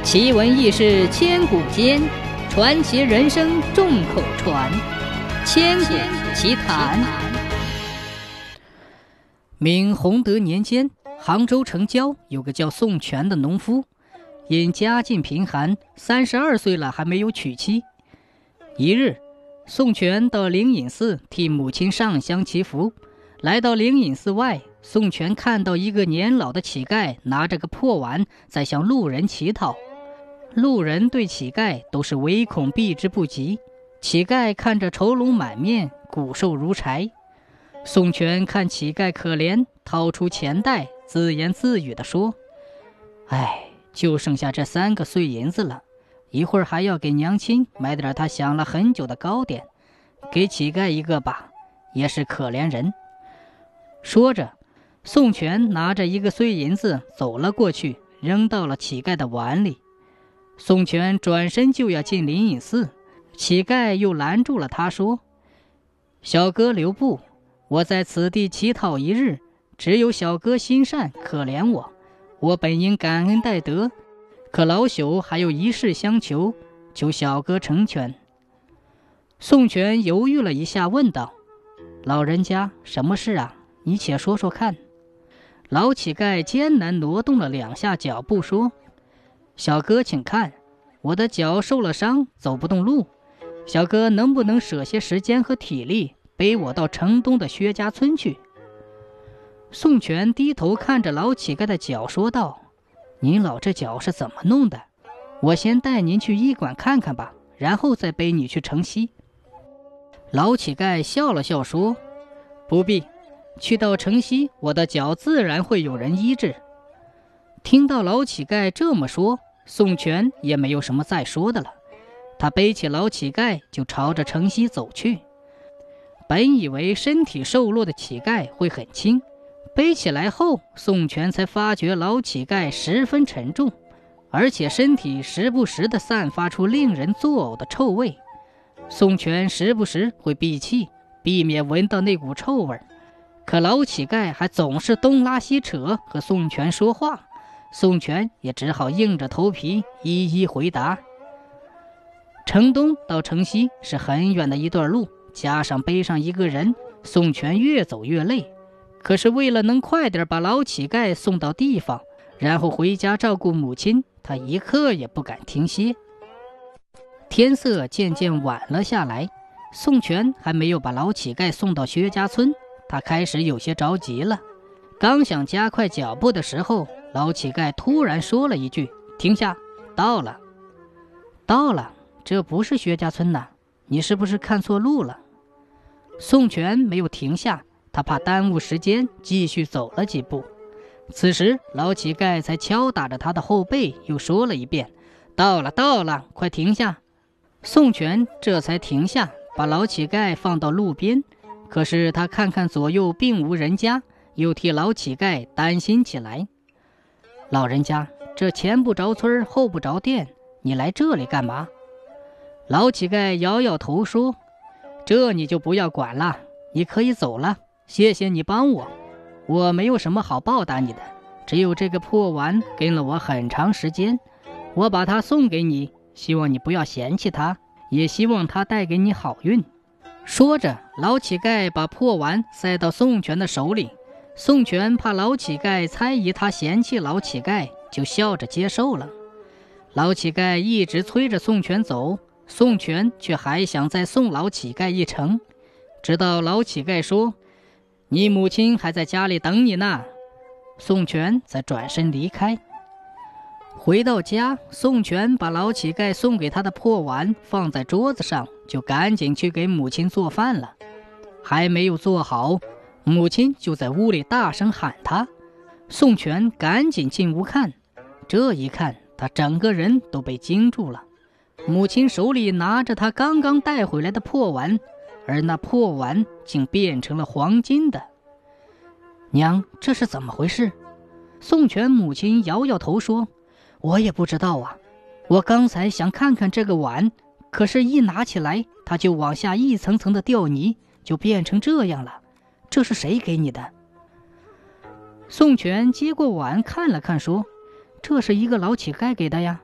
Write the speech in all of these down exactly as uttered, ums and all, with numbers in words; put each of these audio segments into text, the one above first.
奇闻异事千古间，传奇人生众口传。千古奇谈。明弘德年间，杭州城郊有个叫宋全的农夫，因家境贫寒，三十二岁了还没有娶妻。一日，宋全到灵隐寺替母亲上香祈福。来到灵隐寺外，宋全看到一个年老的乞丐拿着个破碗在向路人乞讨。路人对乞丐都是唯恐避之不及，乞丐看着愁容满面，骨瘦如柴。宋全看乞丐可怜，掏出钱袋，自言自语地说：哎，就剩下这三个碎银子了，一会儿还要给娘亲买点他想了很久的糕点，给乞丐一个吧，也是可怜人。说着，宋全拿着一个碎银子走了过去，扔到了乞丐的碗里。宋全转身就要进灵隐寺，乞丐又拦住了他，说：小哥留步，我在此地乞讨一日，只有小哥心善可怜我，我本应感恩戴德，可老朽还有一事相求，求小哥成全。宋全犹豫了一下，问道：老人家，什么事啊？你且说说看。老乞丐艰难挪动了两下脚步，说：小哥请看，我的脚受了伤，走不动路，小哥能不能舍些时间和体力，背我到城东的薛家村去？宋全低头看着老乞丐的脚，说道：您老这脚是怎么弄的？我先带您去医馆看看吧，然后再背你去城西。老乞丐笑了笑说：不必，去到城西，我的脚自然会有人医治。听到老乞丐这么说，宋全也没有什么再说的了，他背起老乞丐就朝着城西走去。本以为身体瘦弱的乞丐会很轻，背起来后，宋全才发觉老乞丐十分沉重，而且身体时不时地散发出令人作呕的臭味。宋全时不时会闭气，避免闻到那股臭味，可老乞丐还总是东拉西扯和宋全说话，宋全也只好硬着头皮一一回答。城东到城西是很远的一段路，加上背上一个人，宋全越走越累。可是为了能快点把老乞丐送到地方，然后回家照顾母亲，他一刻也不敢停歇。天色渐渐晚了下来，宋全还没有把老乞丐送到薛家村，他开始有些着急了。刚想加快脚步的时候，老乞丐突然说了一句：停下，到了。到了，这不是薛家村呐，你是不是看错路了？宋全没有停下，他怕耽误时间，继续走了几步。此时老乞丐才敲打着他的后背，又说了一遍：到了，到了，快停下。宋全这才停下，把老乞丐放到路边。可是他看看左右并无人家，又替老乞丐担心起来。老人家，这前不着村后不着店，你来这里干嘛？老乞丐摇摇头说：这你就不要管了，你可以走了，谢谢你帮我，我没有什么好报答你的，只有这个破碗跟了我很长时间，我把它送给你，希望你不要嫌弃它，也希望它带给你好运。说着，老乞丐把破碗塞到宋全的手里。宋全怕老乞丐猜疑他嫌弃老乞丐，就笑着接受了。老乞丐一直催着宋全走，宋全却还想再送老乞丐一程，直到老乞丐说：你母亲还在家里等你呢，宋全才转身离开。回到家，宋全把老乞丐送给他的破碗放在桌子上，就赶紧去给母亲做饭了。还没有做好，母亲就在屋里大声喊他。宋全赶紧进屋看，这一看，他整个人都被惊住了。母亲手里拿着他刚刚带回来的破碗，而那破碗竟变成了黄金的。娘，这是怎么回事？宋全母亲摇摇头说：我也不知道啊，我刚才想看看这个碗，可是一拿起来，它就往下一层层的掉泥，就变成这样了。这是谁给你的？宋全接过碗看了看，说：这是一个老乞丐给的呀，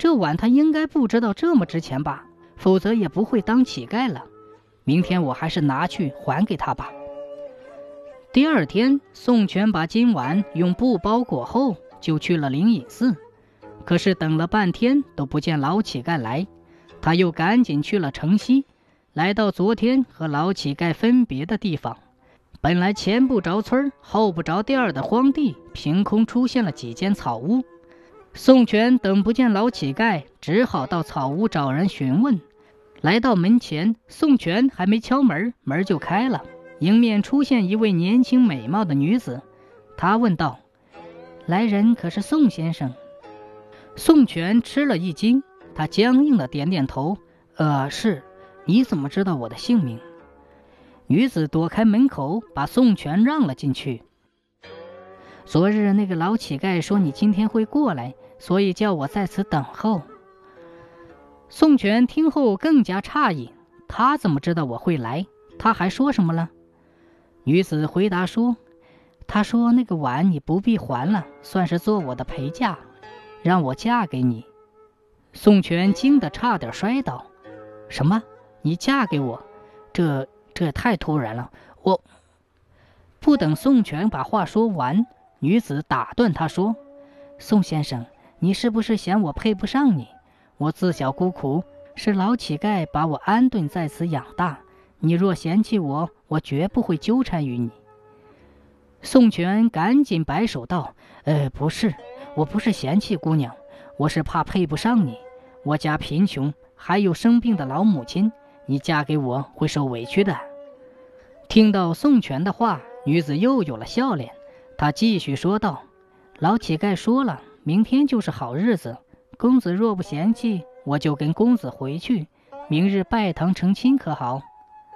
这碗他应该不知道这么值钱吧，否则也不会当乞丐了。明天我还是拿去还给他吧。第二天，宋权把金碗用布包裹后就去了灵隐寺，可是等了半天都不见老乞丐来，他又赶紧去了城西，来到昨天和老乞丐分别的地方。本来前不着村后不着店的荒地，凭空出现了几间草屋。宋权等不见老乞丐，只好到草屋找人询问。来到门前，宋权还没敲门，门就开了，迎面出现一位年轻美貌的女子。她问道：来人可是宋先生？宋权吃了一惊，他僵硬的点点头，呃，是。你怎么知道我的姓名？女子躲开门口，把宋权让了进去。昨日那个老乞丐说你今天会过来，所以叫我在此等候。宋权听后更加诧异，他怎么知道我会来？他还说什么了？女子回答说，他说那个碗你不必还了，算是做我的陪嫁，让我嫁给你。宋权惊得差点摔倒。什么？你嫁给我？这这也太突然了。我……不等宋权把话说完，女子打断他说，宋先生，你是不是嫌我配不上你？我自小孤苦，是老乞丐把我安顿在此养大，你若嫌弃我，我绝不会纠缠于你。宋权赶紧摆手道，呃，不是，我不是嫌弃姑娘，我是怕配不上你。我家贫穷，还有生病的老母亲，你嫁给我会受委屈的。听到宋权的话，女子又有了笑脸，她继续说道，老乞丐说了，明天就是好日子，公子若不嫌弃，我就跟公子回去，明日拜堂成亲可好？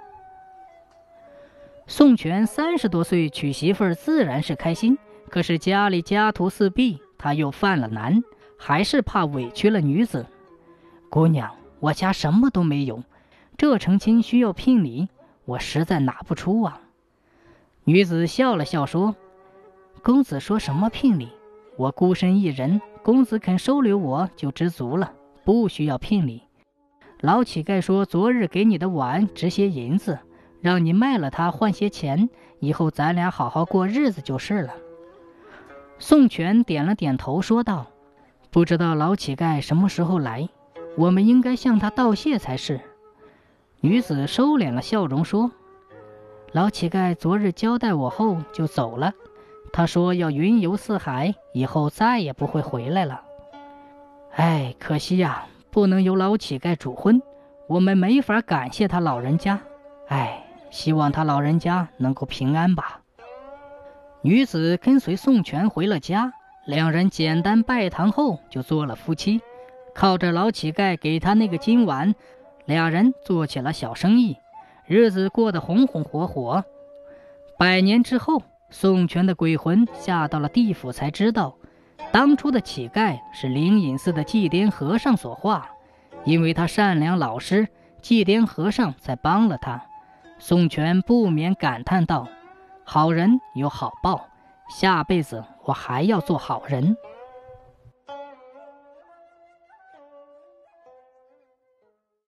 宋权三十多岁娶媳妇儿自然是开心，可是家里家徒四壁，他又犯了难，还是怕委屈了女子。姑娘，我家什么都没有，这成亲需要聘礼，我实在拿不出啊。女子笑了笑说，公子说什么聘礼？我孤身一人，公子肯收留我就知足了，不需要聘礼。老乞丐说昨日给你的碗值些银子，让你卖了它换些钱，以后咱俩好好过日子就是了。宋权点了点头说道，不知道老乞丐什么时候来，我们应该向他道谢才是。女子收敛了笑容说，老乞丐昨日交代我后就走了，他说要云游四海，以后再也不会回来了。哎，可惜呀，不能由老乞丐主婚，我们没法感谢他老人家。哎，希望他老人家能够平安吧。女子跟随宋权回了家，两人简单拜堂后就做了夫妻，靠着老乞丐给他那个金碗，俩人做起了小生意，日子过得红红火火。百年之后，宋权的鬼魂下到了地府，才知道当初的乞丐是灵隐寺的祭奠和尚所化，因为他善良老实，祭奠和尚才帮了他。宋权不免感叹道，好人有好报，下辈子我还要做好人。